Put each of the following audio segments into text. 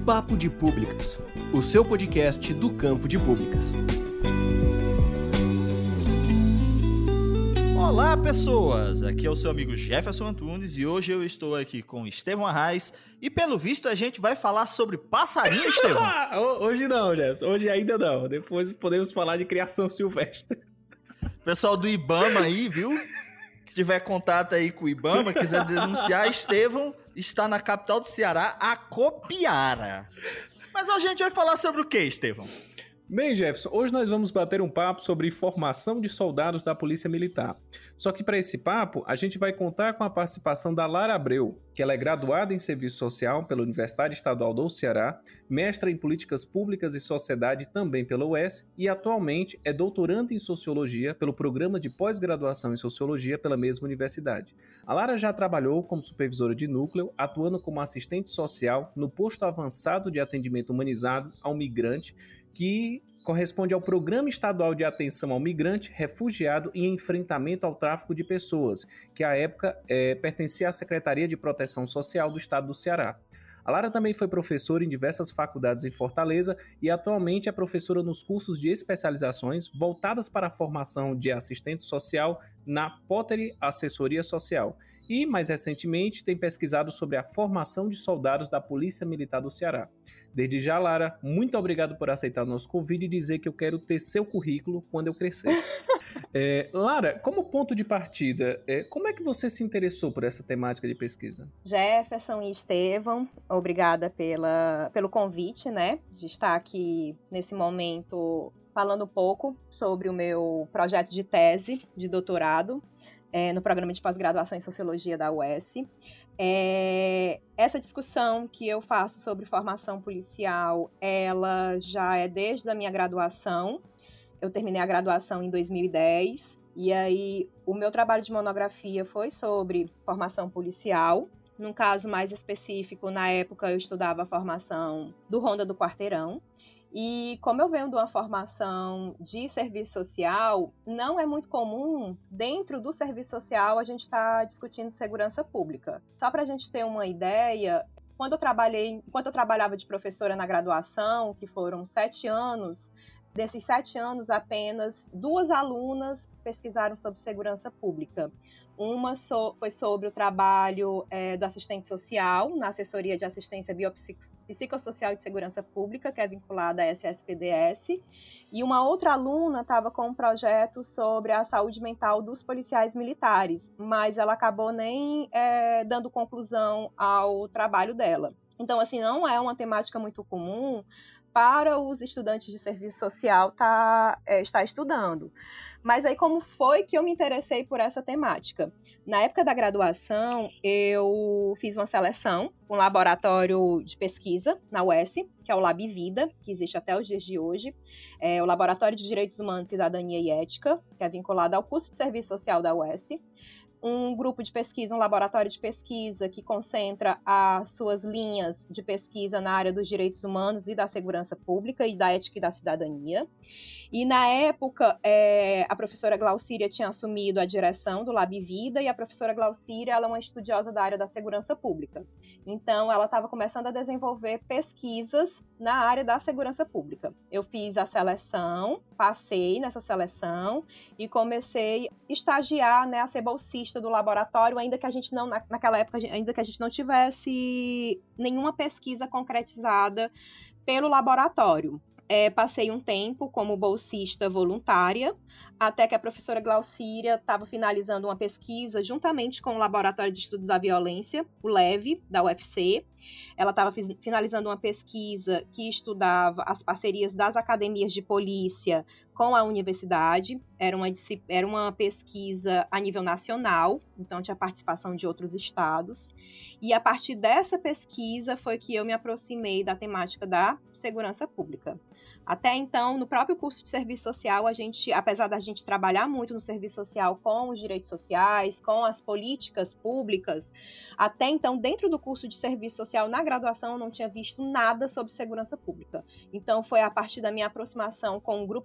Papo de Públicas, o seu podcast do campo de públicas. Olá, pessoas! Aqui é o seu amigo Jefferson Antunes e hoje eu estou aqui com Estevão Arraes e, pelo visto, a gente vai falar sobre passarinho, Estevão. Hoje não, Jefferson. Hoje ainda não. Depois podemos falar de criação silvestre. Pessoal do Ibama aí, viu? Que tiver contato aí com o Ibama, quiser denunciar, Estevão está na capital do Ceará, Acopiara. Mas hoje a gente vai falar sobre o que, Estevão? Bem, Jefferson, hoje nós vamos bater um papo sobre formação de soldados da Polícia Militar. Só que para esse papo, a gente vai contar com a participação da Lara Abreu, que ela é graduada em Serviço Social pela Universidade Estadual do Ceará, mestra em Políticas Públicas e Sociedade também pela UES e atualmente é doutoranda em Sociologia pelo Programa de Pós-Graduação em Sociologia pela mesma universidade. A Lara já trabalhou como supervisora de núcleo, atuando como assistente social no posto avançado de atendimento humanizado ao migrante, que corresponde ao Programa Estadual de Atenção ao Migrante, Refugiado e Enfrentamento ao Tráfico de Pessoas, que à época pertencia à Secretaria de Proteção Social do Estado do Ceará. A Lara também foi professora em diversas faculdades em Fortaleza e atualmente é professora nos cursos de especializações voltadas para a formação de assistente social na Pottery Assessoria Social. E, mais recentemente, tem pesquisado sobre a formação de soldados da Polícia Militar do Ceará. Desde já, Lara, muito obrigado por aceitar o nosso convite e dizer que eu quero ter seu currículo quando eu crescer. Lara, como ponto de partida, como é que você se interessou por essa temática de pesquisa? Jefferson e Estevão, obrigada pelo convite, né, de estar aqui nesse momento falando um pouco sobre o meu projeto de tese de doutorado, no programa de pós-graduação em Sociologia da UES. Essa discussão que eu faço sobre formação policial, ela já é desde a minha graduação. Eu terminei a graduação em 2010, e aí o meu trabalho de monografia foi sobre formação policial. Num caso mais específico, na época eu estudava a formação do Ronda do Quarteirão. E como eu venho de uma formação de serviço social, não é muito comum, dentro do serviço social, a gente estar discutindo segurança pública. Só para a gente ter uma ideia, enquanto eu trabalhava de professora na graduação, que foram 7 anos, desses 7 anos, apenas 2 alunas pesquisaram sobre segurança pública. Uma foi sobre o trabalho do assistente social, na assessoria de assistência biopsicossocial de segurança pública, que é vinculada à SSPDS, e uma outra aluna estava com um projeto sobre a saúde mental dos policiais militares, mas ela acabou nem dando conclusão ao trabalho dela. Então, assim, não é uma temática muito comum para os estudantes de serviço social estar estudando. Mas aí como foi que eu me interessei por essa temática? Na época da graduação, eu fiz uma seleção com um laboratório de pesquisa na UES, que é o Lab Vida, que existe até os dias de hoje. É o Laboratório de Direitos Humanos, Cidadania e Ética, que é vinculado ao curso de Serviço Social da UES. Um grupo de pesquisa, um laboratório de pesquisa que concentra as suas linhas de pesquisa na área dos direitos humanos e da segurança pública e da ética e da cidadania. E na época, a professora Glaucíria tinha assumido a direção do Lab Vida, e a professora Glaucíria, ela é uma estudiosa da área da segurança pública. Então, ela estava começando a desenvolver pesquisas na área da segurança pública. Eu fiz a seleção, passei nessa seleção e comecei a estagiar, né, a ser bolsista do laboratório, ainda que a gente não, naquela época, ainda que a gente não tivesse nenhuma pesquisa concretizada pelo laboratório. Passei um tempo como bolsista voluntária, até que a professora Glaucíria estava finalizando uma pesquisa juntamente com o Laboratório de Estudos da Violência, o LEV, da UFC. Ela estava finalizando uma pesquisa que estudava as parcerias das academias de polícia com a universidade. Era uma pesquisa a nível nacional, então tinha participação de outros estados. E a partir dessa pesquisa foi que eu me aproximei da temática da segurança pública. Até então, no próprio curso de serviço social, apesar da gente trabalhar muito no serviço social com os direitos sociais, com as políticas públicas, até então, dentro do curso de serviço social, na graduação, eu não tinha visto nada sobre segurança pública. Então, foi a partir da minha aproximação com um grupo de pesquisa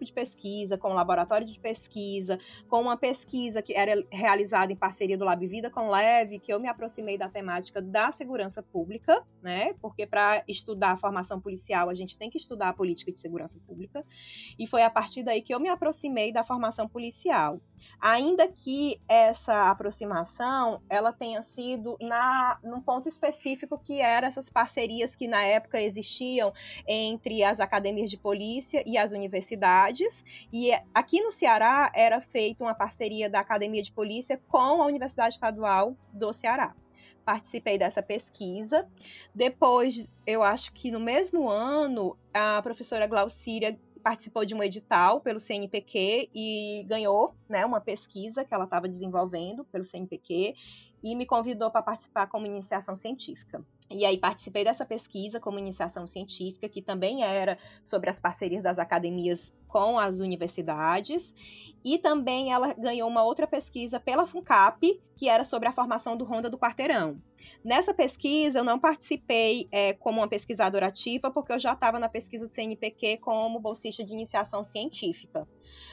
pesquisa, com um laboratório de pesquisa, com uma pesquisa que era realizada em parceria do Lab Vida com Leve, que eu me aproximei da temática da segurança pública, né? Porque para estudar a formação policial, a gente tem que estudar a política de segurança pública. E foi a partir daí que eu me aproximei da formação policial. Ainda que essa aproximação, ela tenha sido num ponto específico que eram essas parcerias que na época existiam entre as academias de polícia e as universidades, e aqui no Ceará era feita uma parceria da Academia de Polícia com a Universidade Estadual do Ceará. Participei dessa pesquisa. Depois, eu acho que no mesmo ano, a professora Glaucíria participou de um edital pelo CNPq e ganhou, né, uma pesquisa que ela estava desenvolvendo pelo CNPq e me convidou para participar como iniciação científica. E aí participei dessa pesquisa como iniciação científica, que também era sobre as parcerias das academias com as universidades, e também ela ganhou uma outra pesquisa pela FUNCAP, que era sobre a formação do Ronda do Quarteirão. Nessa pesquisa, eu não participei como uma pesquisadora ativa, porque eu já estava na pesquisa do CNPq como bolsista de iniciação científica.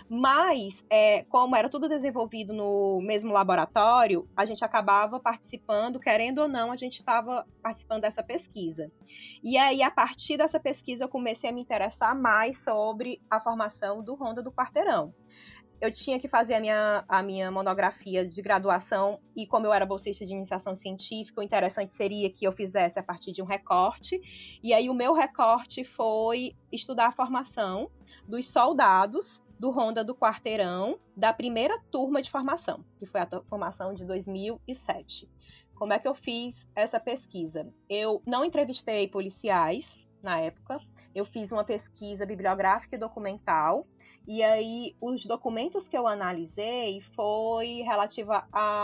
Mas, como era tudo desenvolvido no mesmo laboratório, a gente acabava participando, querendo ou não, a gente estava participando dessa pesquisa. E aí, a partir dessa pesquisa, eu comecei a me interessar mais sobre a formação do Ronda do Quarteirão. Eu tinha que fazer a minha monografia de graduação, e como eu era bolsista de iniciação científica, o interessante seria que eu fizesse a partir de um recorte. E aí o meu recorte foi estudar a formação dos soldados do Ronda do Quarteirão, da primeira turma de formação, que foi a formação de 2007. Como é que eu fiz essa pesquisa? Eu não entrevistei policiais na época, eu fiz uma pesquisa bibliográfica e documental, e aí os documentos que eu analisei foi relativa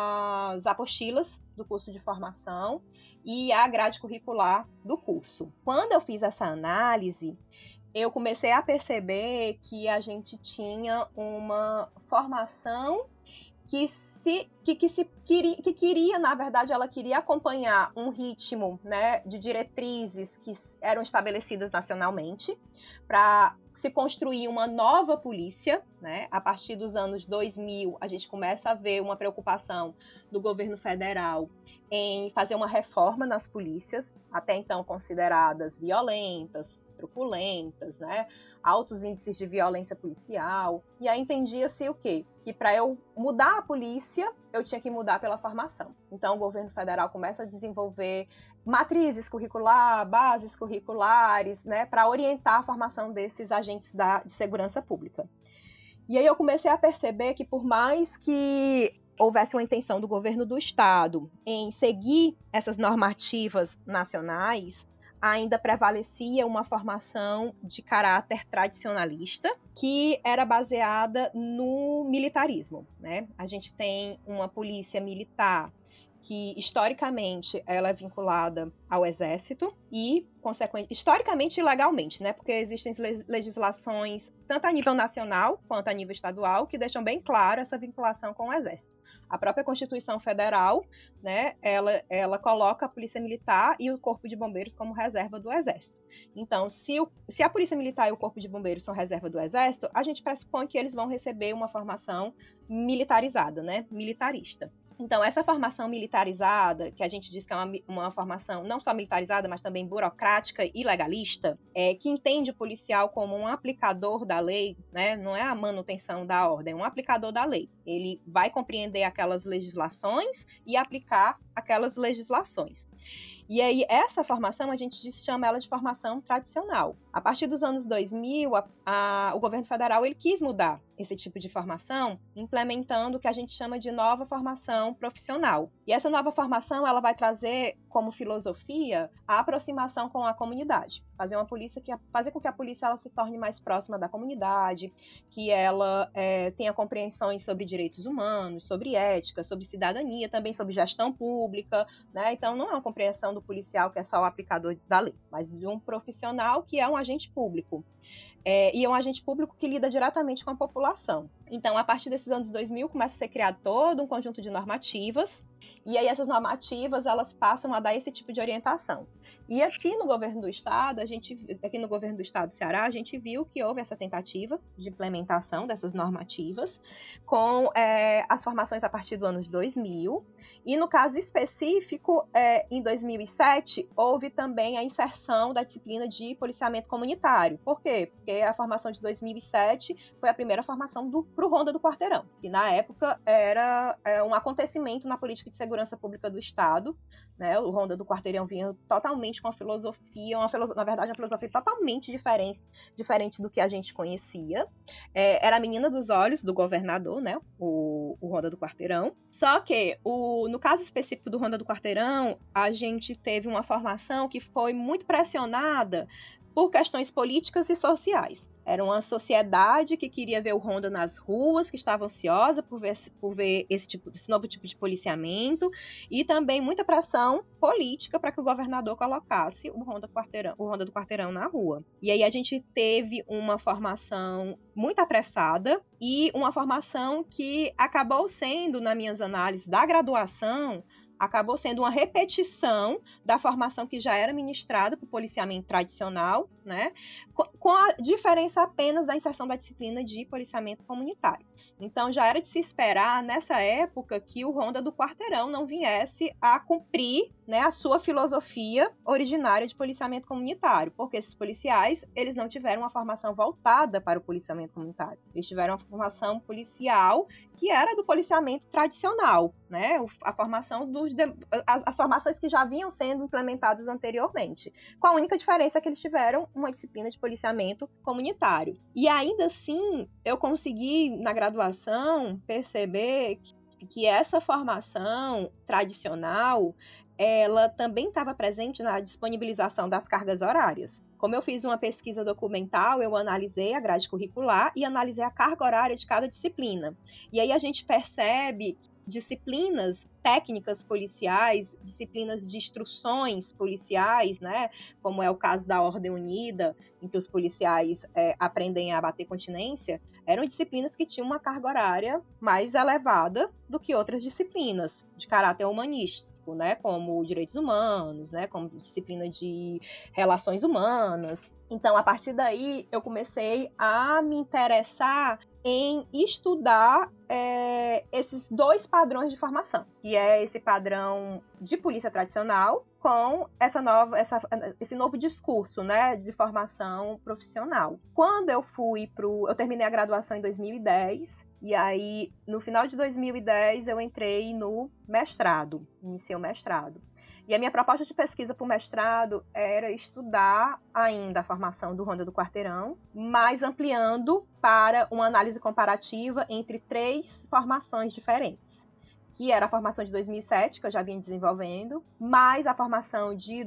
às apostilas do curso de formação e à grade curricular do curso. Quando eu fiz essa análise, eu comecei a perceber que a gente tinha uma formação que queria, na verdade, ela queria acompanhar um ritmo, né, de diretrizes que eram estabelecidas nacionalmente para se construir uma nova polícia, né? A partir dos anos 2000, a gente começa a ver uma preocupação do governo federal em fazer uma reforma nas polícias, até então consideradas violentas, truculentas, né? Altos índices de violência policial. E aí entendia-se o quê? Que para eu mudar a polícia, eu tinha que mudar pela formação. Então o governo federal começa a desenvolver matrizes curriculares, bases curriculares, né, para orientar a formação desses agentes de segurança pública. E aí eu comecei a perceber que por mais que houvesse uma intenção do governo do estado em seguir essas normativas nacionais, ainda prevalecia uma formação de caráter tradicionalista, que era baseada no militarismo, né? A gente tem uma polícia militar que, historicamente, ela é vinculada ao Exército e, historicamente e legalmente, né? Porque existem legislações, tanto a nível nacional quanto a nível estadual, que deixam bem claro essa vinculação com o Exército. A própria Constituição Federal, né, ela coloca a Polícia Militar e o Corpo de Bombeiros como reserva do Exército. Então, se a Polícia Militar e o Corpo de Bombeiros são reserva do Exército, a gente pressupõe que eles vão receber uma formação militarizada, né, militarista. Então, essa formação militarizada, que a gente diz que é uma formação não só militarizada, mas também burocrática e legalista, que entende o policial como um aplicador da lei, né? Não é a manutenção da ordem, é um aplicador da lei. Ele vai compreender aquelas legislações e aplicar aquelas legislações. E aí, essa formação, a gente chama ela de formação tradicional. A partir dos anos 2000, o governo federal ele quis mudar esse tipo de formação, implementando o que a gente chama de nova formação profissional. E essa nova formação, ela vai trazer como filosofia a aproximação com a comunidade. Fazer com que a polícia ela se torne mais próxima da comunidade, que ela tenha compreensões sobre direitos humanos, sobre ética, sobre cidadania, também sobre gestão pública, né? Então, não é uma compreensão do policial que é só o aplicador da lei, mas de um profissional que é um agente público. E é um agente público que lida diretamente com a população. Então, a partir desses anos 2000, começa a ser criado todo um conjunto de normativas, e aí essas normativas, elas passam a dar esse tipo de orientação. E aqui no governo do estado, do Ceará, a gente viu que houve essa tentativa de implementação dessas normativas com as formações a partir do ano de 2000. E no caso específico, em 2007, houve também a inserção da disciplina de policiamento comunitário. Por quê? Porque a formação de 2007 foi a primeira formação para o Ronda do Quarteirão, que na época era um acontecimento na política de segurança pública do estado, né? O Ronda do Quarteirão vinha totalmente com uma filosofia, na verdade, uma filosofia totalmente diferente do que a gente conhecia. Era a menina dos olhos do governador, né? O Ronda do Quarteirão. Só que, no caso específico do Ronda do Quarteirão, a gente teve uma formação que foi muito pressionada por questões políticas e sociais. Era uma sociedade que queria ver o Ronda nas ruas, que estava ansiosa por ver esse novo tipo de policiamento, e também muita pressão política para que o governador colocasse o Ronda do Quarteirão na rua. E aí a gente teve uma formação muito apressada e uma formação que acabou sendo, nas minhas análises da graduação, acabou sendo uma repetição da formação que já era ministrada para o policiamento tradicional, né? Com a diferença apenas da inserção da disciplina de policiamento comunitário. Então, já era de se esperar, nessa época, que o Ronda do Quarteirão não viesse a cumprir, né, a sua filosofia originária de policiamento comunitário, porque esses policiais, eles não tiveram uma formação voltada para o policiamento comunitário. Eles tiveram uma formação policial que era do policiamento tradicional, né? As formações que já vinham sendo implementadas anteriormente, com a única diferença que eles tiveram uma disciplina de policiamento comunitário. E ainda assim, eu consegui, na graduação, perceber que essa formação tradicional, ela também estava presente na disponibilização das cargas horárias. Como eu fiz uma pesquisa documental, eu analisei a grade curricular e analisei a carga horária de cada disciplina. E aí a gente percebe disciplinas técnicas policiais, disciplinas de instruções policiais, né, como é o caso da Ordem Unida, em que os policiais aprendem a bater continência, eram disciplinas que tinham uma carga horária mais elevada do que outras disciplinas de caráter humanístico, né, como direitos humanos, né, como disciplina de relações humanas. Então, a partir daí, eu comecei a me interessar em estudar esses dois padrões de formação, que é esse padrão de polícia tradicional com esse novo discurso, né, de formação profissional. Quando eu terminei a graduação em 2010, e aí, no final de 2010, eu entrei no mestrado, iniciei o mestrado. E a minha proposta de pesquisa para o mestrado era estudar ainda a formação do Ronda do Quarteirão, mas ampliando para uma análise comparativa entre 3 formações diferentes, que era a formação de 2007, que eu já vinha desenvolvendo, mais a formação de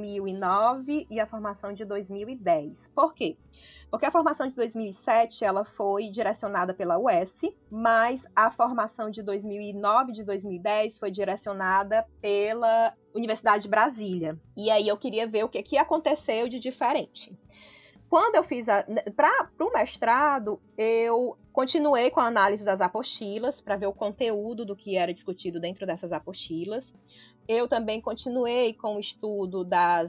2009 e a formação de 2010. Por quê? Porque a formação de 2007 ela foi direcionada pela UES, mas a formação de 2009 e de 2010 foi direcionada pela Universidade de Brasília. E aí eu queria ver o que aconteceu de diferente. Quando eu fiz para o mestrado, eu continuei com a análise das apostilas para ver o conteúdo do que era discutido dentro dessas apostilas. Eu também continuei com o estudo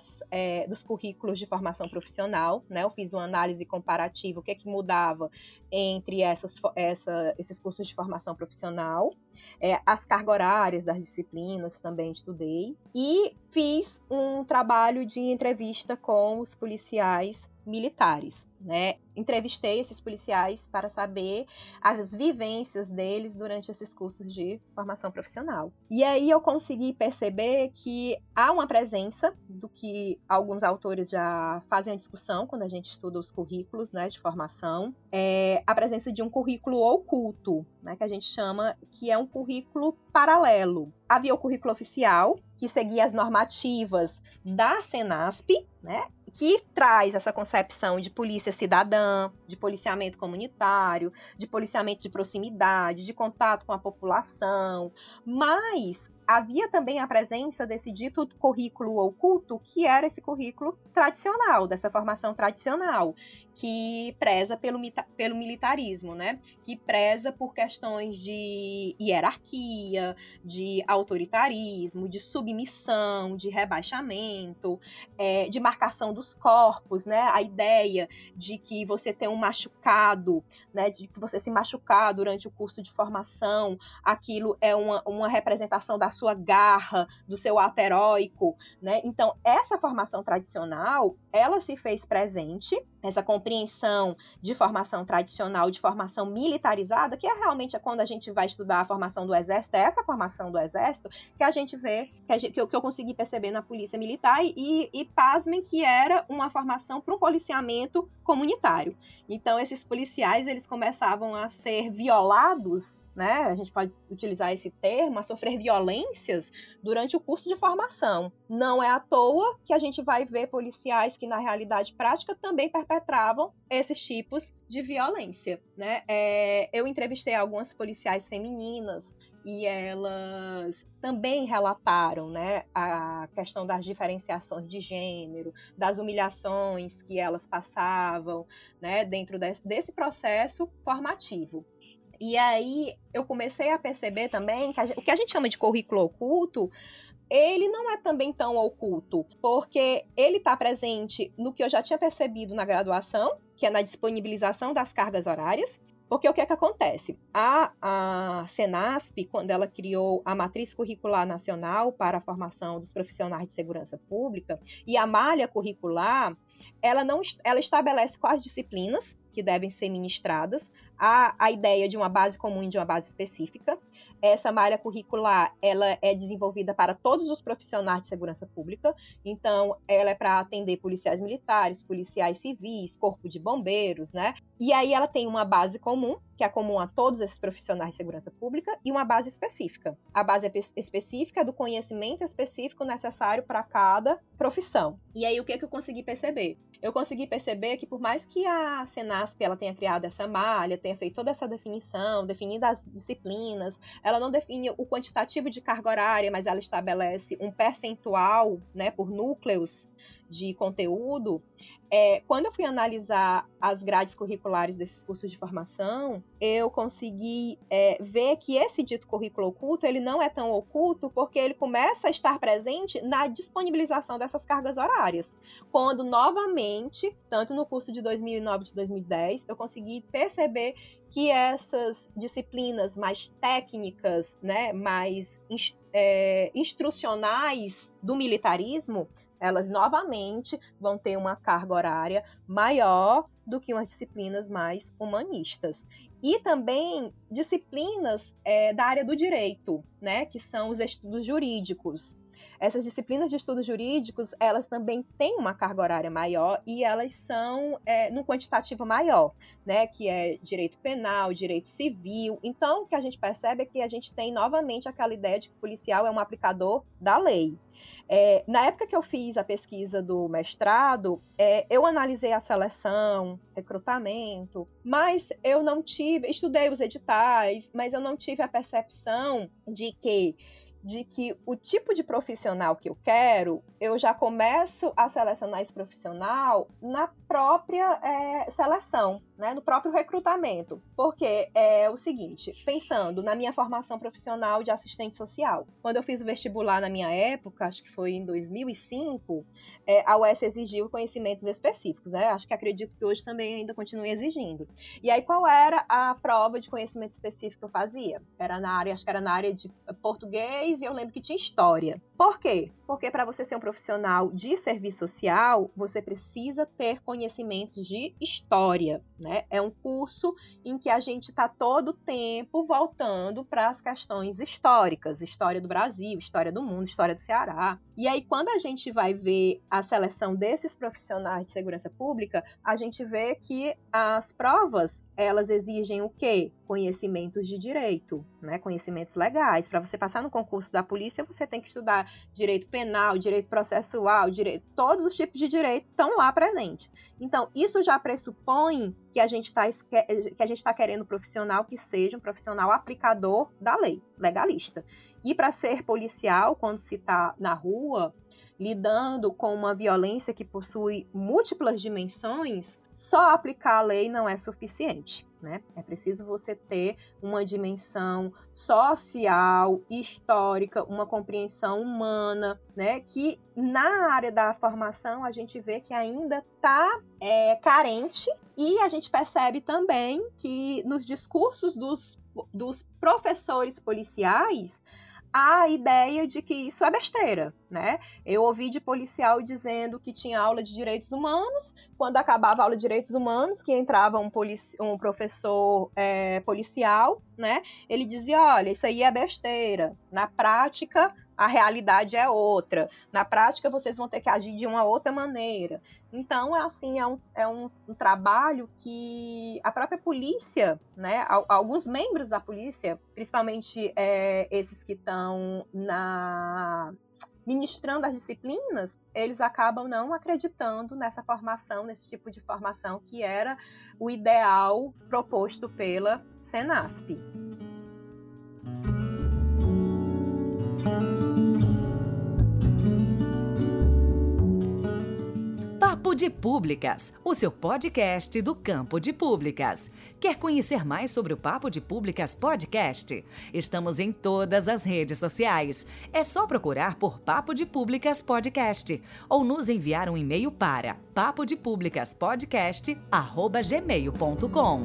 dos currículos de formação profissional, né? Eu fiz uma análise comparativa, o que mudava entre esses cursos de formação profissional. As cargas horárias das disciplinas também estudei. E fiz um trabalho de entrevista com os policiais militares, né? Entrevistei esses policiais para saber as vivências deles durante esses cursos de formação profissional. E aí eu consegui perceber que há uma presença do que alguns autores já fazem a discussão quando a gente estuda os currículos, né, de formação, a presença de um currículo oculto, né, que a gente chama que é um currículo paralelo. Havia o currículo oficial, que seguia as normativas da Senasp, né, que traz essa concepção de polícia cidadã, de policiamento comunitário, de policiamento de proximidade, de contato com a população, mas havia também a presença desse dito currículo oculto, que era esse currículo tradicional, dessa formação tradicional, que preza pelo militarismo, né? Que preza por questões de hierarquia, de autoritarismo, de submissão, de rebaixamento, de marcação dos corpos, né? A ideia de que você tem um machucado, né? De que você se machucar durante o curso de formação, aquilo é uma representação da sua garra, do seu ato heróico, né? Então, essa formação tradicional, ela se fez presente, essa compreensão de formação tradicional, de formação militarizada, que realmente quando a gente vai estudar a formação do Exército, é essa formação do Exército que a gente vê, que eu consegui perceber na Polícia Militar, e pasmem que era uma formação para um policiamento comunitário. Então, esses policiais, eles começavam a ser violados, né? A gente pode utilizar esse termo, a sofrer violências durante o curso de formação. Não é à toa que a gente vai ver policiais que, na realidade prática, também perpetravam esses tipos de violência, né? Eu entrevistei algumas policiais femininas e elas também relataram, né, a questão das diferenciações de gênero, das humilhações que elas passavam, né, dentro desse processo formativo. E aí eu comecei a perceber também que o que a gente chama de currículo oculto, ele não é também tão oculto, porque ele está presente no que eu já tinha percebido na graduação, que é na disponibilização das cargas horárias. Porque o que é que acontece? A Senasp, quando ela criou a Matriz Curricular Nacional para a formação dos profissionais de segurança pública, e a malha curricular, ela estabelece quais disciplinas que devem ser ministradas, a ideia de uma base comum e de uma base específica. Essa malha curricular, ela é desenvolvida para todos os profissionais de segurança pública, então ela é para atender policiais militares, policiais civis, corpo de bombeiros, né? E aí ela tem uma base comum, que é comum a todos esses profissionais de segurança pública, e uma base específica. A base específica é do conhecimento específico necessário para cada profissão. E aí o que eu consegui perceber? Eu consegui perceber que por mais que a Senasp ela tenha criado essa malha, tenha feito toda essa definição, definido as disciplinas, ela não define o quantitativo de carga horária, mas ela estabelece um percentual, né, por núcleos de conteúdo. Quando eu fui analisar as grades curriculares desses cursos de formação, eu consegui ver que esse dito currículo oculto, ele não é tão oculto porque ele começa a estar presente na disponibilização dessas cargas horárias. Quando, novamente, tanto no curso de 2009 e de 2010, eu consegui perceber que essas disciplinas mais técnicas, né, mais instrucionais do militarismo, elas novamente vão ter uma carga horária maior do que umas disciplinas mais humanistas. E também disciplinas da área do direito, né, que são os estudos jurídicos. Essas disciplinas de estudos jurídicos, elas também têm uma carga horária maior e elas são num quantitativo maior, né, que é direito penal, direito civil. Então, o que a gente percebe é que a gente tem novamente aquela ideia de que o policial é um aplicador da lei. Na época que eu fiz a pesquisa do mestrado, eu analisei a seleção, recrutamento, mas eu não estudei os editais, mas eu não tive a percepção de que o tipo de profissional que eu quero, eu já começo a selecionar esse profissional na própria seleção, né, no próprio recrutamento. Porque é o seguinte, pensando na minha formação profissional de assistente social, quando eu fiz o vestibular na minha época, acho que foi em 2005, a UES exigiu conhecimentos específicos, né? Acredito que hoje também ainda continue exigindo. E aí, qual era a prova de conhecimento específico que eu fazia? Acho que era na área de português, e eu lembro que tinha história. Por quê? Porque para você ser um profissional de serviço social, você precisa ter conhecimentos de história, né? É um curso em que a gente está todo o tempo voltando para as questões históricas, história do Brasil, história do mundo, história do Ceará. E aí, quando a gente vai ver a seleção desses profissionais de segurança pública, a gente vê que as provas, elas exigem o quê? conhecimentos de direito, né? Conhecimentos legais. Para você passar no concurso da polícia, você tem que estudar direito penal, direito processual, todos os tipos de direito estão lá presentes. Então, isso já pressupõe que a gente está querendo um profissional que seja um profissional aplicador da lei, legalista. E para ser policial, quando se está na rua, lidando com uma violência que possui múltiplas dimensões, só aplicar a lei não é suficiente, né? É preciso você ter uma dimensão social, histórica, uma compreensão humana, né? Que na área da formação a gente vê que ainda está carente, e a gente percebe também que nos discursos dos professores policiais a ideia de que isso é besteira, né? Eu ouvi de policial dizendo que tinha aula de direitos humanos, quando acabava a aula de direitos humanos, que entrava um professor policial, né? Ele dizia, olha, isso aí é besteira. Na prática, a realidade é outra. Na prática, vocês vão ter que agir de uma outra maneira. Então, é um trabalho que a própria polícia, né, alguns membros da polícia, principalmente esses que estão ministrando as disciplinas, eles acabam não acreditando nessa formação, nesse tipo de formação que era o ideal proposto pela Senasp. Papo de Públicas, o seu podcast do Campo de Públicas. Quer conhecer mais sobre o Papo de Públicas Podcast? Estamos em todas as redes sociais. É só procurar por Papo de Públicas Podcast ou nos enviar um e-mail para papodepublicaspodcast@gmail.com.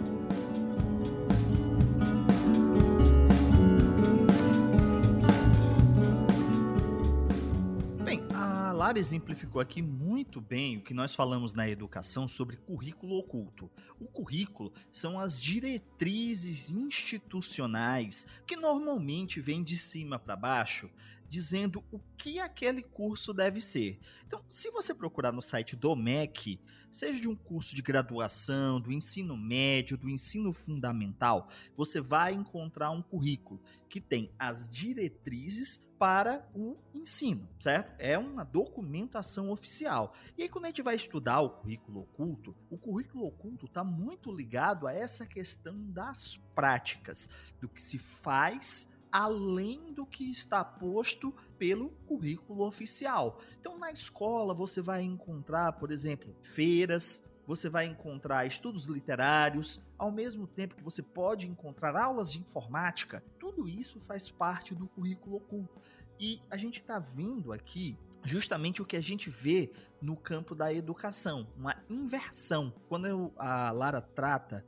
Lara exemplificou aqui muito bem o que nós falamos na educação sobre currículo oculto. O currículo são as diretrizes institucionais que normalmente vêm de cima para baixo, dizendo o que aquele curso deve ser. Então, se você procurar no site do MEC, seja de um curso de graduação, do ensino médio, do ensino fundamental, você vai encontrar um currículo que tem as diretrizes para o ensino, certo? É uma documentação oficial. E aí, quando a gente vai estudar o currículo oculto está muito ligado a essa questão das práticas, do que se faz além do que está posto pelo currículo oficial. Então, na escola, você vai encontrar, por exemplo, feiras, você vai encontrar estudos literários, ao mesmo tempo que você pode encontrar aulas de informática. Tudo isso faz parte do currículo oculto. E a gente está vendo aqui justamente o que a gente vê no campo da educação, uma inversão. Quando a Lara trata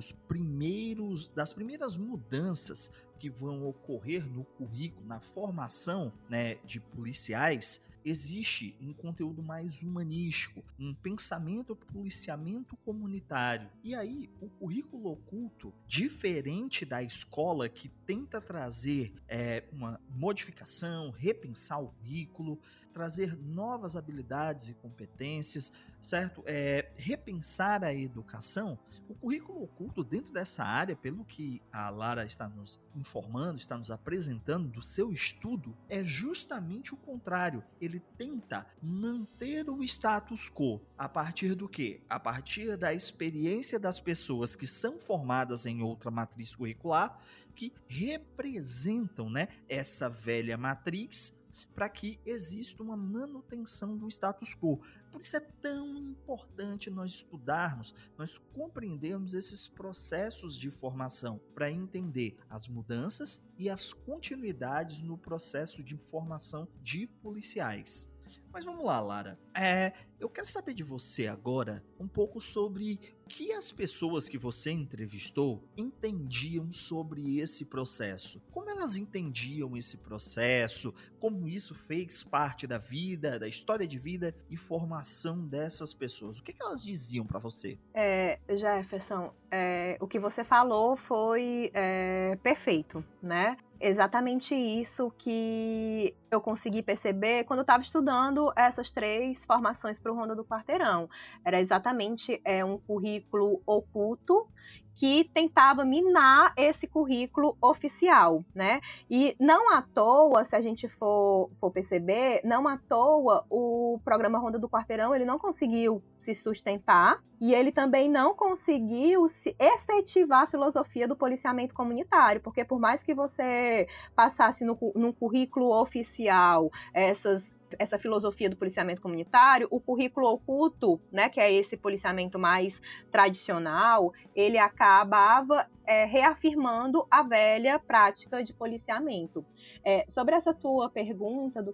das primeiras mudanças que vão ocorrer no currículo, na formação, né, de policiais, existe um conteúdo mais humanístico, um pensamento policiamento comunitário. E aí, o currículo oculto, diferente da escola que tenta trazer uma modificação, repensar o currículo, trazer novas habilidades e competências, certo? Repensar a educação, o currículo oculto dentro dessa área, pelo que a Lara está nos informando, está nos apresentando do seu estudo, é justamente o contrário. Ele tenta manter o status quo. A partir do quê? A partir da experiência das pessoas que são formadas em outra matriz curricular, que representam, né, essa velha matriz, para que exista uma manutenção do status quo. Por isso é tão importante nós estudarmos, nós compreendermos esses processos de formação, para entender as mudanças e as continuidades no processo de formação de policiais. Mas vamos lá, Lara. Eu quero saber de você agora um pouco sobre o que as pessoas que você entrevistou entendiam sobre esse processo. Como elas entendiam esse processo, como isso fez parte da vida, da história de vida e formação dessas pessoas. O que elas diziam para você? Jefferson, o que você falou foi perfeito, né? Exatamente isso que eu consegui perceber quando eu estava estudando essas 3 formações para o Ronda do Quarteirão. Era exatamente um currículo oculto que tentava minar esse currículo oficial, né? E não à toa, se a gente for perceber, não à toa o programa Ronda do Quarteirão ele não conseguiu se sustentar e ele também não conseguiu se efetivar a filosofia do policiamento comunitário, porque por mais que você passasse num currículo oficial essa filosofia do policiamento comunitário, o currículo oculto, né, que é esse policiamento mais tradicional, ele acabava reafirmando a velha prática de policiamento. Sobre essa tua pergunta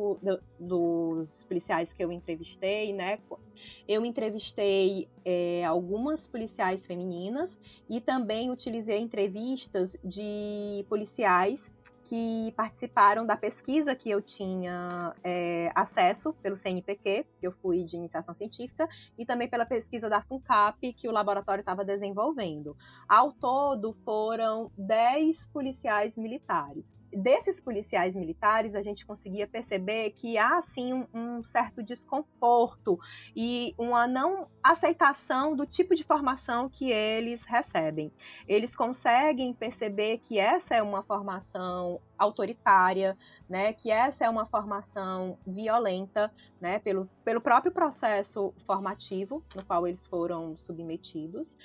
dos policiais que eu entrevistei, né, eu entrevistei algumas policiais femininas e também utilizei entrevistas de policiais que participaram da pesquisa que eu tinha acesso pelo CNPq, que eu fui de iniciação científica, e também pela pesquisa da FUNCAP, que o laboratório estava desenvolvendo. Ao todo, foram 10 policiais militares. Desses policiais militares, a gente conseguia perceber que há, sim, um certo desconforto e uma não aceitação do tipo de formação que eles recebem. Eles conseguem perceber que essa é uma formação autoritária, né, que essa é uma formação violenta, né, pelo próprio processo formativo no qual eles foram submetidos,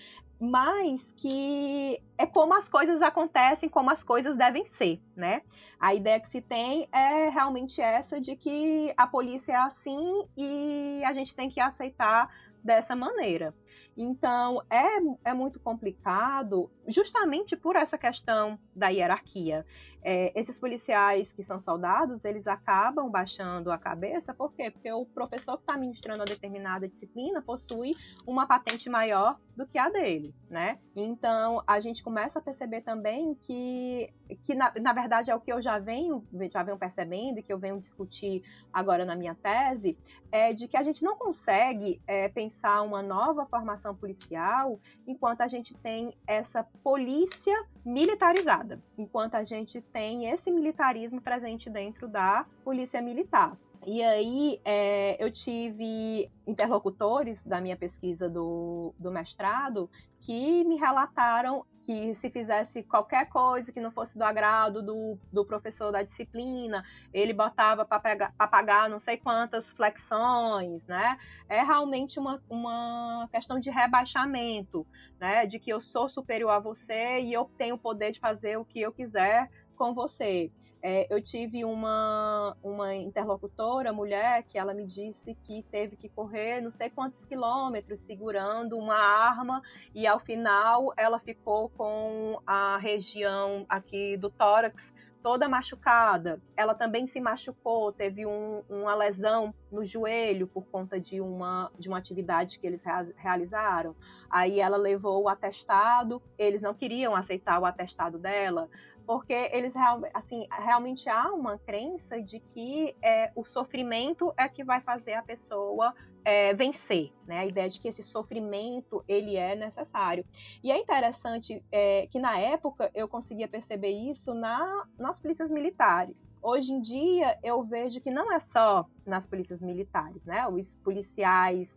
mas que é como as coisas acontecem, como as coisas devem ser, né? A ideia que se tem é realmente essa de que a polícia é assim e a gente tem que aceitar dessa maneira. Então, é muito complicado justamente por essa questão da hierarquia. Esses policiais que são soldados, eles acabam baixando a cabeça, por quê? Porque o professor que está ministrando uma determinada disciplina possui uma patente maior do que a dele, né? Então, a gente começa a perceber também que na verdade, é o que eu já venho percebendo e que eu venho discutir agora na minha tese, é de que a gente não consegue pensar uma nova formação policial enquanto a gente tem essa polícia militarizada, enquanto a gente tem esse militarismo presente dentro da polícia militar. E aí, eu tive interlocutores da minha pesquisa do mestrado que me relataram que se fizesse qualquer coisa que não fosse do agrado do professor da disciplina, ele botava para pagar não sei quantas flexões, né? É realmente uma questão de rebaixamento, né? De que eu sou superior a você e eu tenho o poder de fazer o que eu quiser com você. Eu tive uma interlocutora, mulher, que ela me disse que teve que correr não sei quantos quilômetros segurando uma arma e ao final ela ficou com a região aqui do tórax toda machucada. Ela também se machucou, teve uma lesão no joelho por conta de uma atividade que eles realizaram. Aí ela levou o atestado, eles não queriam aceitar o atestado dela, porque eles realmente há uma crença de que o sofrimento é que vai fazer a pessoa vencer, né? A ideia de que esse sofrimento ele é necessário. E é interessante que na época eu conseguia perceber isso nas polícias militares. Hoje em dia eu vejo que não é só nas polícias militares, né? Os policiais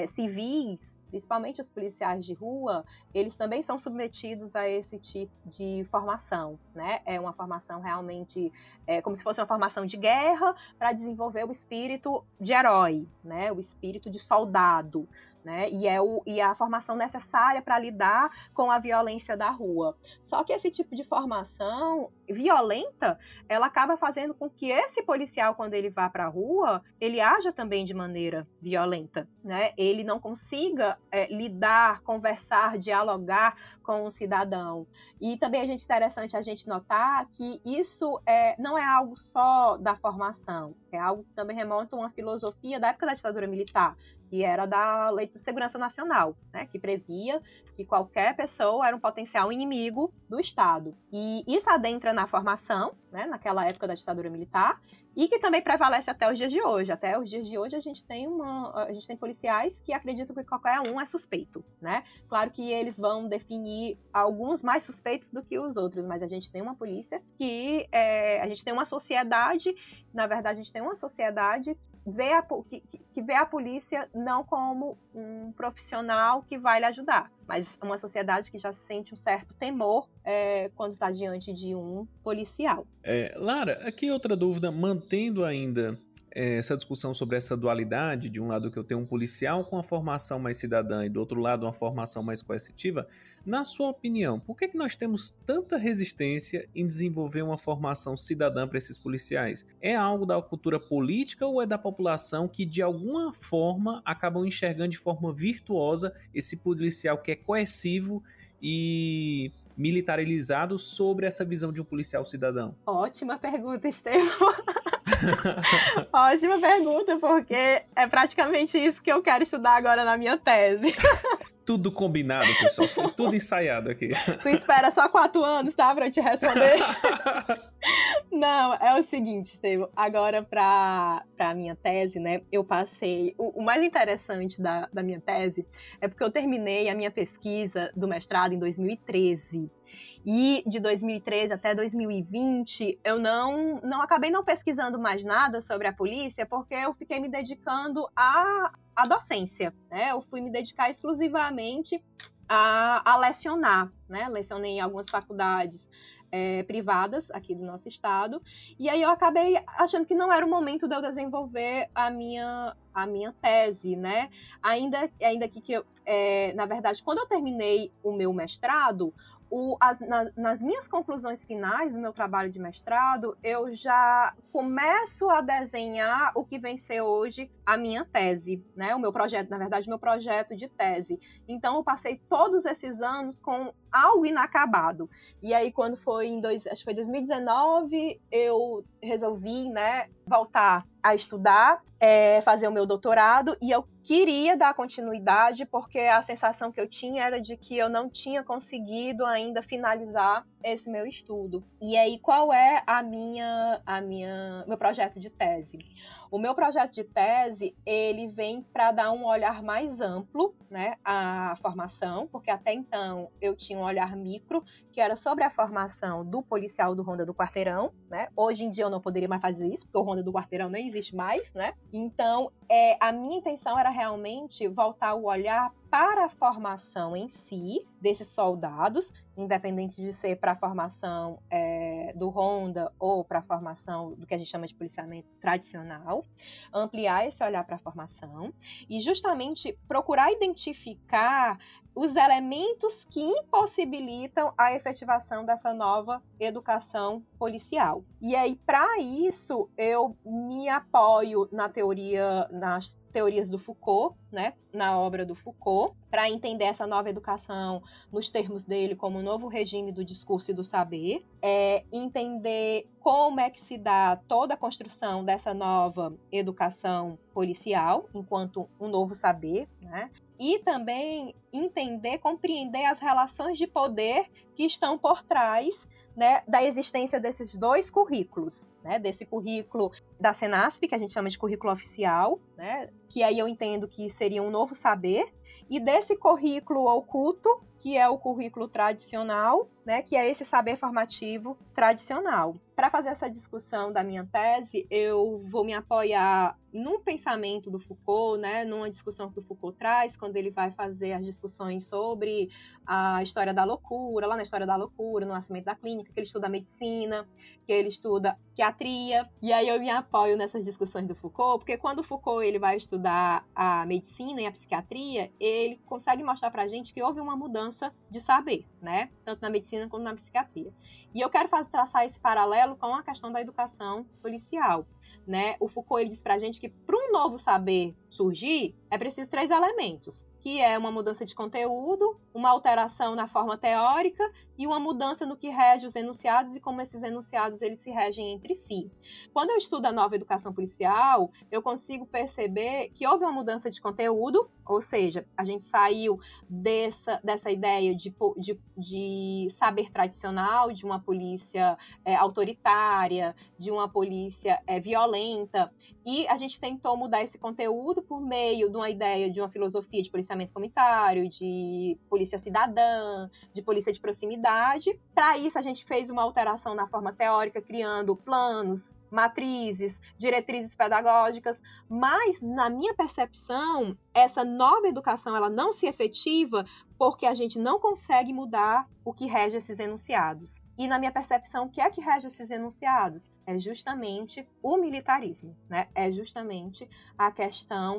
civis, principalmente os policiais de rua, eles também são submetidos a esse tipo de formação, né? É uma formação realmente como se fosse uma formação de guerra para desenvolver o espírito de herói, né? O espírito de soldado, né? E a formação necessária para lidar com a violência da rua. Só que esse tipo de formação violenta, ela acaba fazendo com que esse policial, quando ele vá para a rua, ele haja também de maneira violenta, né? Ele não consiga lidar, conversar, dialogar com o cidadão. E também é interessante a gente notar que isso não é algo só da formação, é algo que também remonta a uma filosofia da época da ditadura militar, que era da Lei de Segurança Nacional, né, que previa que qualquer pessoa era um potencial inimigo do Estado. E isso adentra na formação, né, naquela época da ditadura militar, e que também prevalece até os dias de hoje. Até os dias de hoje a gente tem policiais que acreditam que qualquer um é suspeito, né? Claro que eles vão definir alguns mais suspeitos do que os outros, mas a gente tem uma polícia que a gente tem uma sociedade, na verdade a gente tem uma sociedade que vê a polícia não como um profissional que vai lhe ajudar, mas uma sociedade que já sente um certo temor quando está diante de um policial. Lara, aqui outra dúvida, mantendo ainda essa discussão sobre essa dualidade, de um lado que eu tenho um policial com uma formação mais cidadã e do outro lado uma formação mais coercitiva, na sua opinião, por que nós temos tanta resistência em desenvolver uma formação cidadã para esses policiais? É algo da cultura política ou é da população que de alguma forma acabam enxergando de forma virtuosa esse policial que é coercivo e militarizado sobre essa visão de um policial cidadão? Ótima pergunta, Estevão. Ótima pergunta, porque é praticamente isso que eu quero estudar agora na minha tese. Tudo combinado, pessoal. Foi tudo ensaiado aqui. Tu espera só 4 anos, tá? Pra eu te responder. Não, é o seguinte, Estevão. Agora, pra minha tese, né? Eu passei... O mais interessante da minha tese é porque eu terminei a minha pesquisa do mestrado em 2013. E de 2013 até 2020, eu não acabei não pesquisando mais nada sobre a polícia, porque eu fiquei me dedicando à docência, né? Eu fui me dedicar exclusivamente a lecionar, né? Lecionei em algumas faculdades privadas aqui do nosso estado, e aí eu acabei achando que não era o momento de eu desenvolver a minha tese, né? Ainda que eu, na verdade, quando eu terminei o meu mestrado, nas minhas conclusões finais do meu trabalho de mestrado, eu já começo a desenhar o que vem ser hoje a minha tese, né? O meu projeto, na verdade, meu projeto de tese. Então, eu passei todos esses anos com algo inacabado. E aí, quando foi acho que foi 2019, eu resolvi, né, voltar a estudar, fazer o meu doutorado, e eu queria dar continuidade, porque a sensação que eu tinha era de que eu não tinha conseguido ainda finalizar esse meu estudo. E aí, qual é meu projeto de tese? O meu projeto de tese, ele vem para dar um olhar mais amplo, né, à formação, porque até então eu tinha um olhar micro, que era sobre a formação do policial do Ronda do Quarteirão, né? Hoje em dia eu não poderia mais fazer isso, porque o Ronda do Quarteirão nem existe mais, né? Então, a minha intenção era realmente voltar o olhar para a formação em si, desses soldados, independente de ser para a formação do Ronda ou para a formação do que a gente chama de policiamento tradicional, ampliar esse olhar para a formação e justamente procurar identificar os elementos que impossibilitam a efetivação dessa nova educação policial. E aí, para isso, eu me apoio nas teorias do Foucault, né, na obra do Foucault, para entender essa nova educação nos termos dele como um novo regime do discurso e do saber, entender como é que se dá toda a construção dessa nova educação policial enquanto um novo saber, né? E também compreender as relações de poder que estão por trás, né, da existência desses dois currículos, né, desse currículo da Senasp, que a gente chama de currículo oficial, né, que aí eu entendo que seria um novo saber, e desse currículo oculto, que é o currículo tradicional, né, que é esse saber formativo tradicional. Para fazer essa discussão da minha tese, eu vou me apoiar num pensamento do Foucault, né, numa discussão que o Foucault traz, quando ele vai fazer as discussões sobre a história da loucura, lá na história da loucura, no nascimento da clínica, que ele estuda a medicina, que ele estuda psiquiatria, e aí eu me apoio nessas discussões do Foucault, porque quando o Foucault ele vai estudar a medicina e a psiquiatria, ele consegue mostrar pra gente que houve uma mudança de saber, né, tanto na medicina quanto na psiquiatria. E eu quero traçar esse paralelo com a questão da educação policial, né? O Foucault ele diz pra gente que para um novo saber surgir, é preciso 3 elementos, que é uma mudança de conteúdo, uma alteração na forma teórica e uma mudança no que rege os enunciados e como esses enunciados eles se regem entre si. Quando eu estudo a nova educação policial, eu consigo perceber que houve uma mudança de conteúdo, ou seja, a gente saiu dessa ideia de saber tradicional, de uma polícia autoritária, de uma polícia violenta, e a gente tentou mudar esse conteúdo por meio de uma ideia de uma filosofia de policiamento policiamento comunitário, de polícia cidadã, de polícia de proximidade. Para isso, a gente fez uma alteração na forma teórica, criando planos, matrizes, diretrizes pedagógicas, mas, na minha percepção, essa nova educação ela não se efetiva porque a gente não consegue mudar o que rege esses enunciados. E, na minha percepção, o que é que rege esses enunciados? É justamente o militarismo, né? É justamente a questão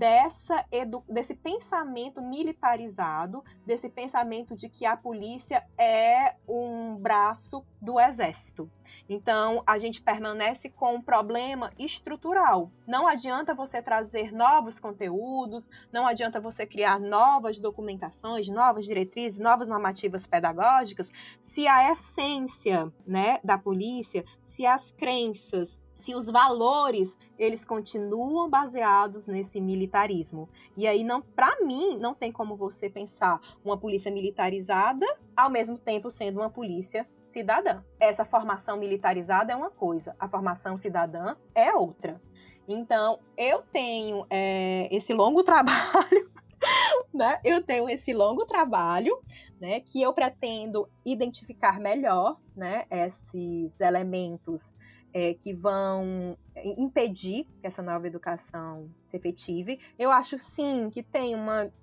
desse pensamento militarizado, desse pensamento de que a polícia é um braço do exército. Então, a gente permanece com um problema estrutural. Não adianta você trazer novos conteúdos, não adianta você criar novas documentações, novas diretrizes, novas normativas pedagógicas, se a essência, né, da polícia, se as crenças, se os valores, eles continuam baseados nesse militarismo. E aí, para mim, não tem como você pensar uma polícia militarizada ao mesmo tempo sendo uma polícia cidadã. Essa formação militarizada é uma coisa, a formação cidadã é outra. Então, eu tenho esse longo trabalho, né? Eu tenho esse longo trabalho, né, que eu pretendo identificar melhor, né, esses elementos que vão impedir que essa nova educação se efetive. Eu acho, sim, que tem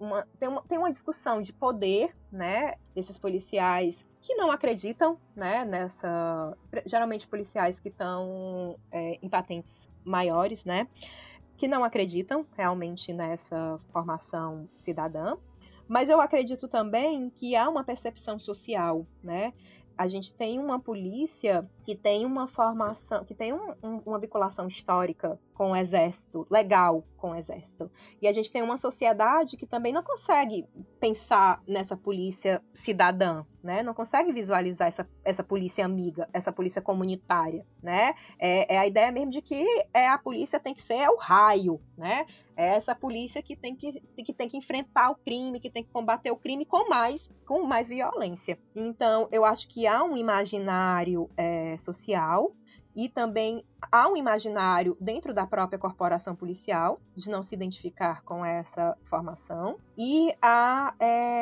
uma discussão de poder, né, desses policiais que não acreditam, né, geralmente policiais que estão em patentes maiores, né, que não acreditam realmente nessa formação cidadã. Mas eu acredito também que há uma percepção social, né? A gente tem uma polícia que tem uma formação, que tem uma vinculação histórica com o exército, legal com o exército. E a gente tem uma sociedade que também não consegue pensar nessa polícia cidadã, né? Não consegue visualizar essa polícia amiga, essa polícia comunitária, né? É a ideia mesmo de que a polícia tem que ser o raio, né? É essa polícia que tem que enfrentar o crime, que tem que combater o crime com mais violência. Então, eu acho que há um imaginário social e também há um imaginário dentro da própria corporação policial de não se identificar com essa formação. E há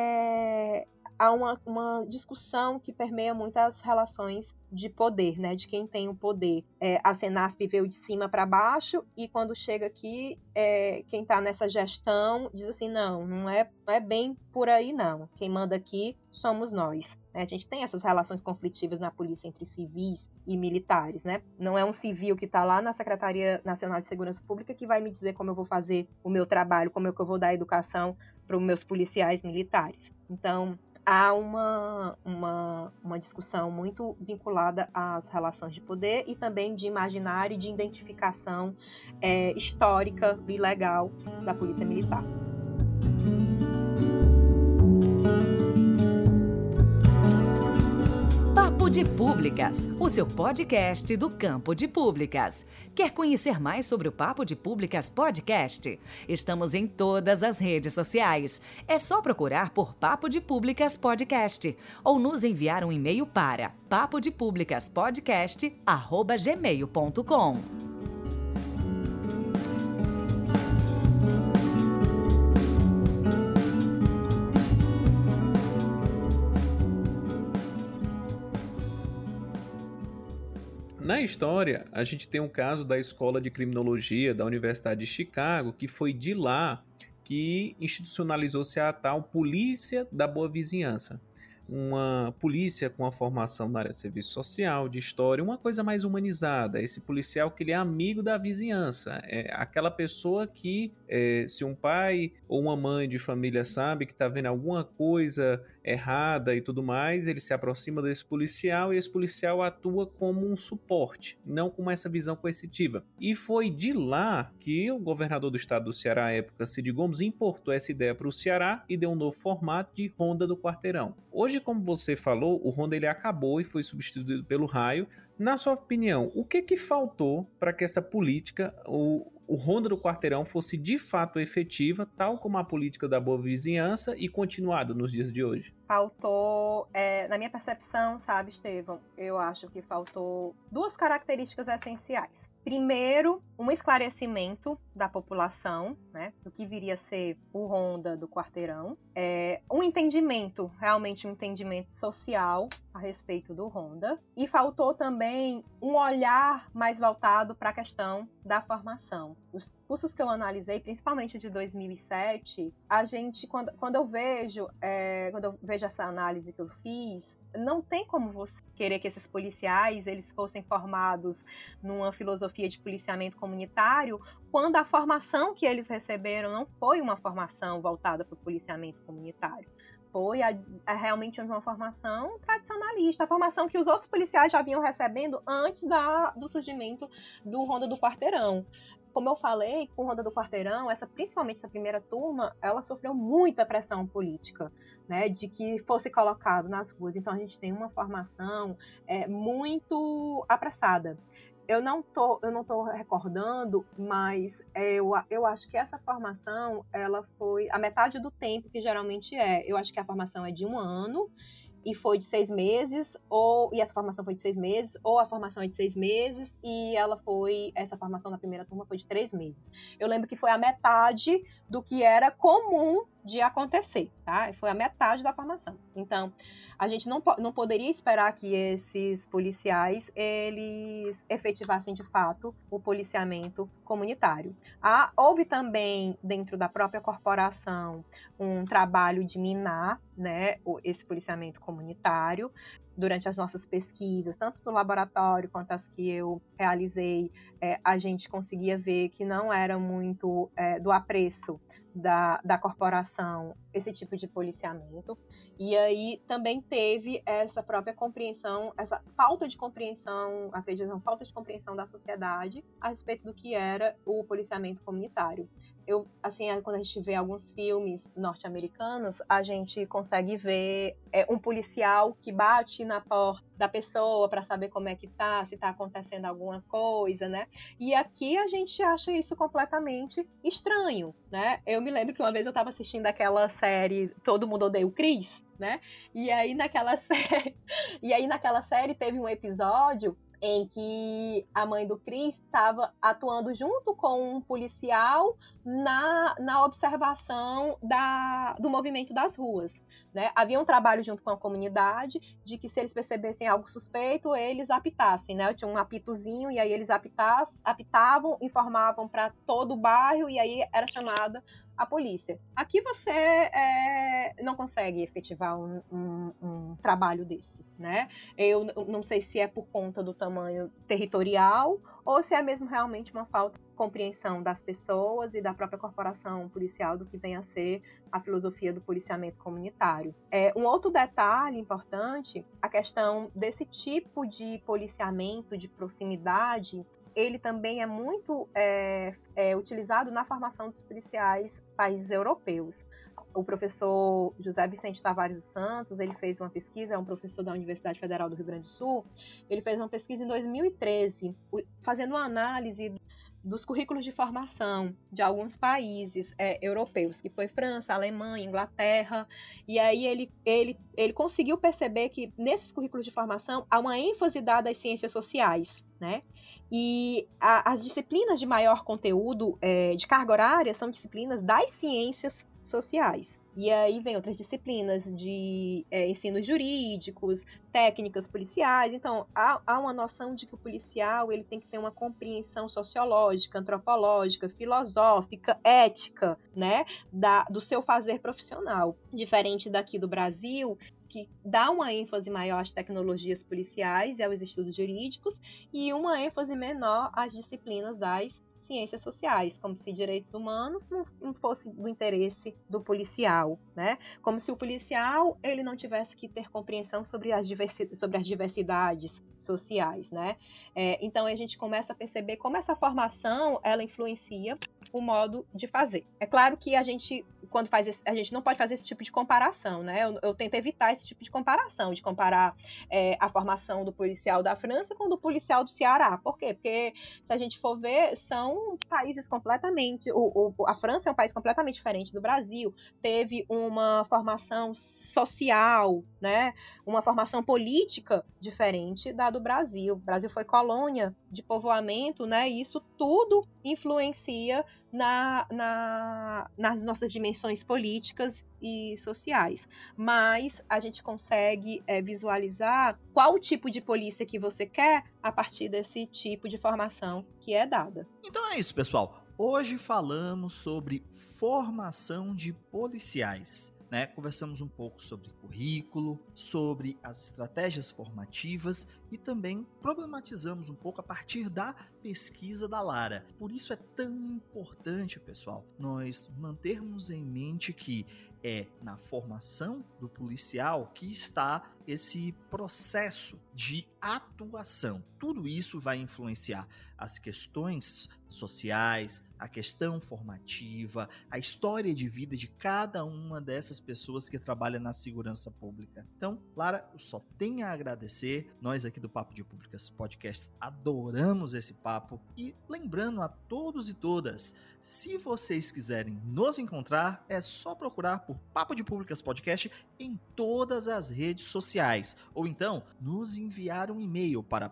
uma discussão que permeia muito as relações de poder, né? De quem tem o poder. A Senasp veio de cima para baixo e quando chega aqui, quem está nessa gestão diz assim, não é bem por aí não. Quem manda aqui somos nós. A gente tem essas relações conflitivas na polícia entre civis e militares, né? Não é um civil que está lá na Secretaria Nacional de Segurança Pública que vai me dizer como eu vou fazer o meu trabalho, como é que eu vou dar educação para os meus policiais militares. Então, há uma discussão muito vinculada às relações de poder e também de imaginário e de identificação histórica e legal da polícia militar. Papo de Públicas, o seu podcast do Campo de Públicas. Quer conhecer mais sobre o Papo de Públicas Podcast? Estamos em todas as redes sociais. É só procurar por Papo de Públicas Podcast ou nos enviar um e-mail para papodepublicaspodcast@gmail.com. Na história, a gente tem um caso da Escola de Criminologia da Universidade de Chicago, que foi de lá que institucionalizou-se a tal Polícia da Boa Vizinhança. Uma polícia com a formação na área de serviço social, de história, uma coisa mais humanizada. Esse policial que ele é amigo da vizinhança. É aquela pessoa que, se um pai ou uma mãe de família sabe que está vendo alguma coisa errada e tudo mais, ele se aproxima desse policial e esse policial atua como um suporte, não com essa visão coercitiva. E foi de lá que o governador do estado do Ceará, à época, Cid Gomes, importou essa ideia para o Ceará e deu um novo formato de Ronda do Quarteirão. Hoje, como você falou, o Ronda ele acabou e foi substituído pelo Raio. Na sua opinião, o que faltou para que essa política, o Ronda do Quarteirão, fosse de fato efetiva, tal como a política da boa vizinhança e continuada nos dias de hoje? Faltou, na minha percepção, sabe, Estevão, eu acho que faltou duas características essenciais. primeiro, um esclarecimento da população, né, do que viria a ser o Ronda do Quarteirão, um entendimento, realmente um entendimento social a respeito do Ronda, e faltou também um olhar mais voltado para a questão da formação. Os cursos que eu analisei, principalmente o de 2007, a gente, quando eu vejo essa análise que eu fiz, não tem como você querer que esses policiais eles fossem formados numa filosofia de policiamento comunitário, quando a formação que eles receberam não foi uma formação voltada para o policiamento comunitário. Foi realmente uma formação tradicionalista, a formação que os outros policiais já vinham recebendo antes do surgimento do Ronda do Quarteirão. Como eu falei, com o Ronda do Quarteirão, principalmente essa primeira turma, ela sofreu muita pressão política, né, de que fosse colocado nas ruas. Então a gente tem uma formação muito apressada. Eu não tô recordando, mas eu acho que essa formação, ela foi a metade do tempo que geralmente é. Eu acho que a formação é de 1 ano e foi de 6 meses, e essa formação foi de 6 meses, ou a formação é de 6 meses e essa formação da primeira turma foi de 3 meses. Eu lembro que foi a metade do que era comum de acontecer, tá? Foi a metade da formação. Então, a gente não poderia esperar que esses policiais, eles efetivassem de fato o policiamento comunitário. Houve também, dentro da própria corporação, um trabalho de minar, né, esse policiamento comunitário. Durante as nossas pesquisas, tanto no laboratório quanto as que eu realizei, a gente conseguia ver que não era muito do apreço da corporação esse tipo de policiamento. E aí também teve essa própria compreensão, essa falta de compreensão, acredito, falta de compreensão da sociedade a respeito do que era o policiamento comunitário. Quando a gente vê alguns filmes norte-americanos, a gente consegue ver um policial que bate na porta da pessoa para saber como é que tá, se tá acontecendo alguma coisa, né? E aqui a gente acha isso completamente estranho, né? Eu me lembro que uma vez eu estava assistindo aquela série Todo Mundo Odeia o Chris, né? E aí naquela série teve um episódio em que a mãe do Chris estava atuando junto com um policial na observação do movimento das ruas, né? Havia um trabalho junto com a comunidade de que se eles percebessem algo suspeito, eles apitassem, né? Tinha um apitozinho e aí eles apitavam, informavam para todo o bairro e aí era chamada a polícia. Aqui você não consegue efetivar um trabalho desse, né? Eu não sei se é por conta do tamanho territorial ou se é mesmo realmente uma falta de compreensão das pessoas e da própria corporação policial do que vem a ser a filosofia do policiamento comunitário. Um outro detalhe importante, a questão desse tipo de policiamento de proximidade, ele também é muito utilizado na formação dos policiais países europeus. O professor José Vicente Tavares dos Santos, ele fez uma pesquisa, é um professor da Universidade Federal do Rio Grande do Sul, ele fez uma pesquisa em 2013, fazendo uma análise dos currículos de formação de alguns países europeus, que foi França, Alemanha, Inglaterra, e aí ele conseguiu perceber que nesses currículos de formação há uma ênfase dada às ciências sociais, né? E as disciplinas de maior conteúdo de carga horária são disciplinas das ciências sociais. E aí vem outras disciplinas de ensinos jurídicos, técnicas policiais. Então, há uma noção de que o policial ele tem que ter uma compreensão sociológica, antropológica, filosófica, ética, né, do seu fazer profissional. Diferente daqui do Brasil, que dá uma ênfase maior às tecnologias policiais e aos estudos jurídicos e uma ênfase menor às disciplinas das ciências sociais, como se direitos humanos não fosse do interesse do policial, né? Como se o policial ele não tivesse que ter compreensão sobre as diversidades sociais, né? Então a gente começa a perceber como essa formação ela influencia o modo de fazer. É claro que a gente quando a gente não pode fazer esse tipo de comparação, né? Eu tento evitar esse tipo de comparação, de comparar a formação do policial da França com do policial do Ceará. Por quê? Porque se a gente for ver, são países completamente... A França é um país completamente diferente do Brasil, teve uma formação social, né? Uma formação política diferente da do Brasil. O Brasil foi colônia de povoamento, né? E isso tudo influencia nas nossas dimensões políticas e sociais. Mas a gente consegue visualizar qual o tipo de polícia que você quer a partir desse tipo de formação que é dada. Então é isso, pessoal. Hoje falamos sobre formação de policiais, né? Conversamos um pouco sobre currículo, sobre as estratégias formativas e também problematizamos um pouco a partir da pesquisa da Lara. Por isso é tão importante, pessoal, nós mantermos em mente que é na formação do policial que está esse processo de atuação. Tudo isso vai influenciar as questões sociais, a questão formativa, a história de vida de cada uma dessas pessoas que trabalham na segurança pública. Então, Lara, eu só tenho a agradecer. Nós aqui do Papo de Públicas Podcast adoramos esse papo. E lembrando a todos e todas, se vocês quiserem nos encontrar, é só procurar por Papo de Públicas Podcast em todas as redes sociais. Ou então, nos enviar um e-mail para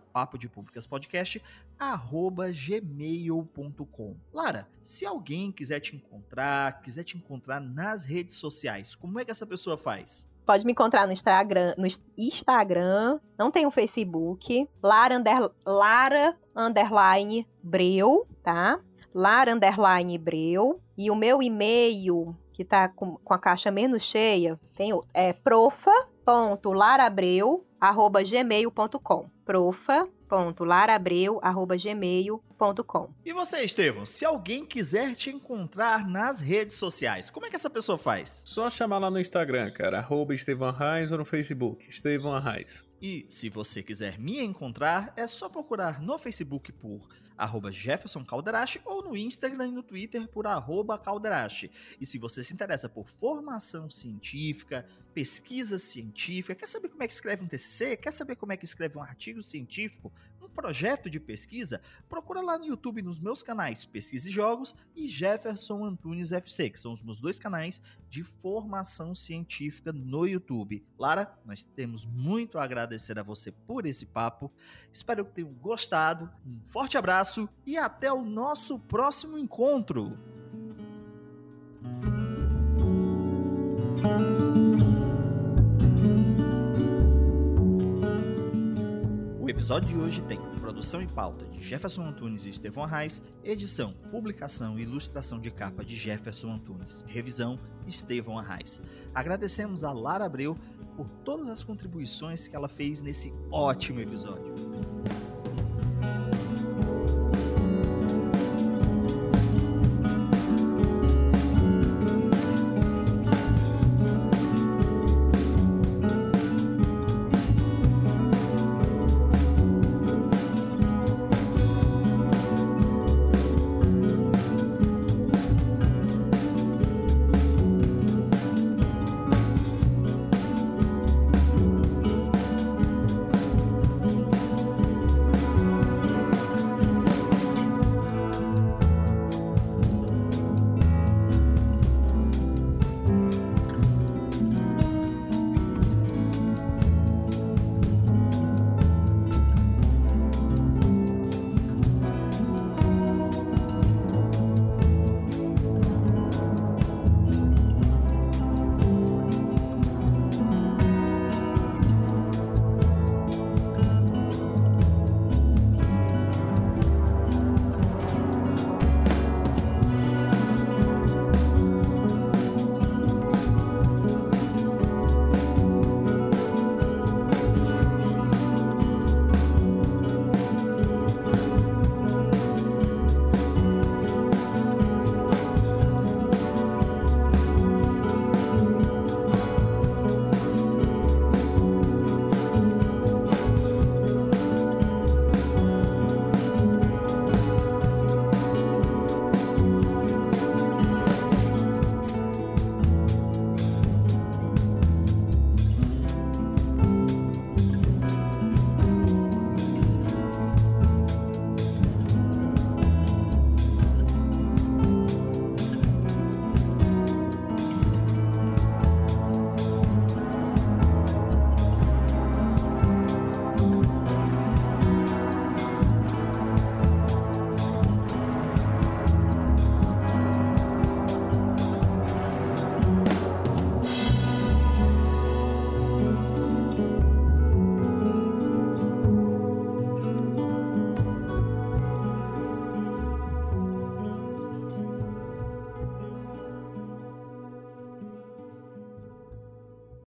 papodepublicaspodcast@gmail.com. Lara, se alguém quiser te encontrar nas redes sociais, como é que essa pessoa faz? Pode me encontrar no Instagram, não tem o Facebook, Lara_Breu, tá? Lara_Breu. E o meu e-mail, que tá com a caixa menos cheia, tem outro, é profa.larabreu@gmail.com. profa.larabreu@gmail.com. E você, Estevão, se alguém quiser te encontrar nas redes sociais, como é que essa pessoa faz? Só chamar lá no Instagram, cara, @Estevão Arraes, ou no Facebook, Estevão Arraes. E se você quiser me encontrar, é só procurar no Facebook por @JeffersonCalderache ou no Instagram e no Twitter por @Calderache. E se você se interessa por formação científica, pesquisa científica, quer saber como é que escreve um TCC, quer saber como é que escreve um artigo científico, um projeto de pesquisa, procura lá no YouTube nos meus canais Pesquisa e Jogos e Jefferson Antunes FC, que são os meus dois canais de formação científica no YouTube. Lara, nós temos muito a agradecer a você por esse papo. Espero que tenham gostado. Um forte abraço e até o nosso próximo encontro. O episódio de hoje tem produção e pauta de Jefferson Antunes e Estevão Arraes, edição, publicação e ilustração de capa de Jefferson Antunes, revisão Estevão Arraes. Agradecemos a Lara Abreu por todas as contribuições que ela fez nesse ótimo episódio.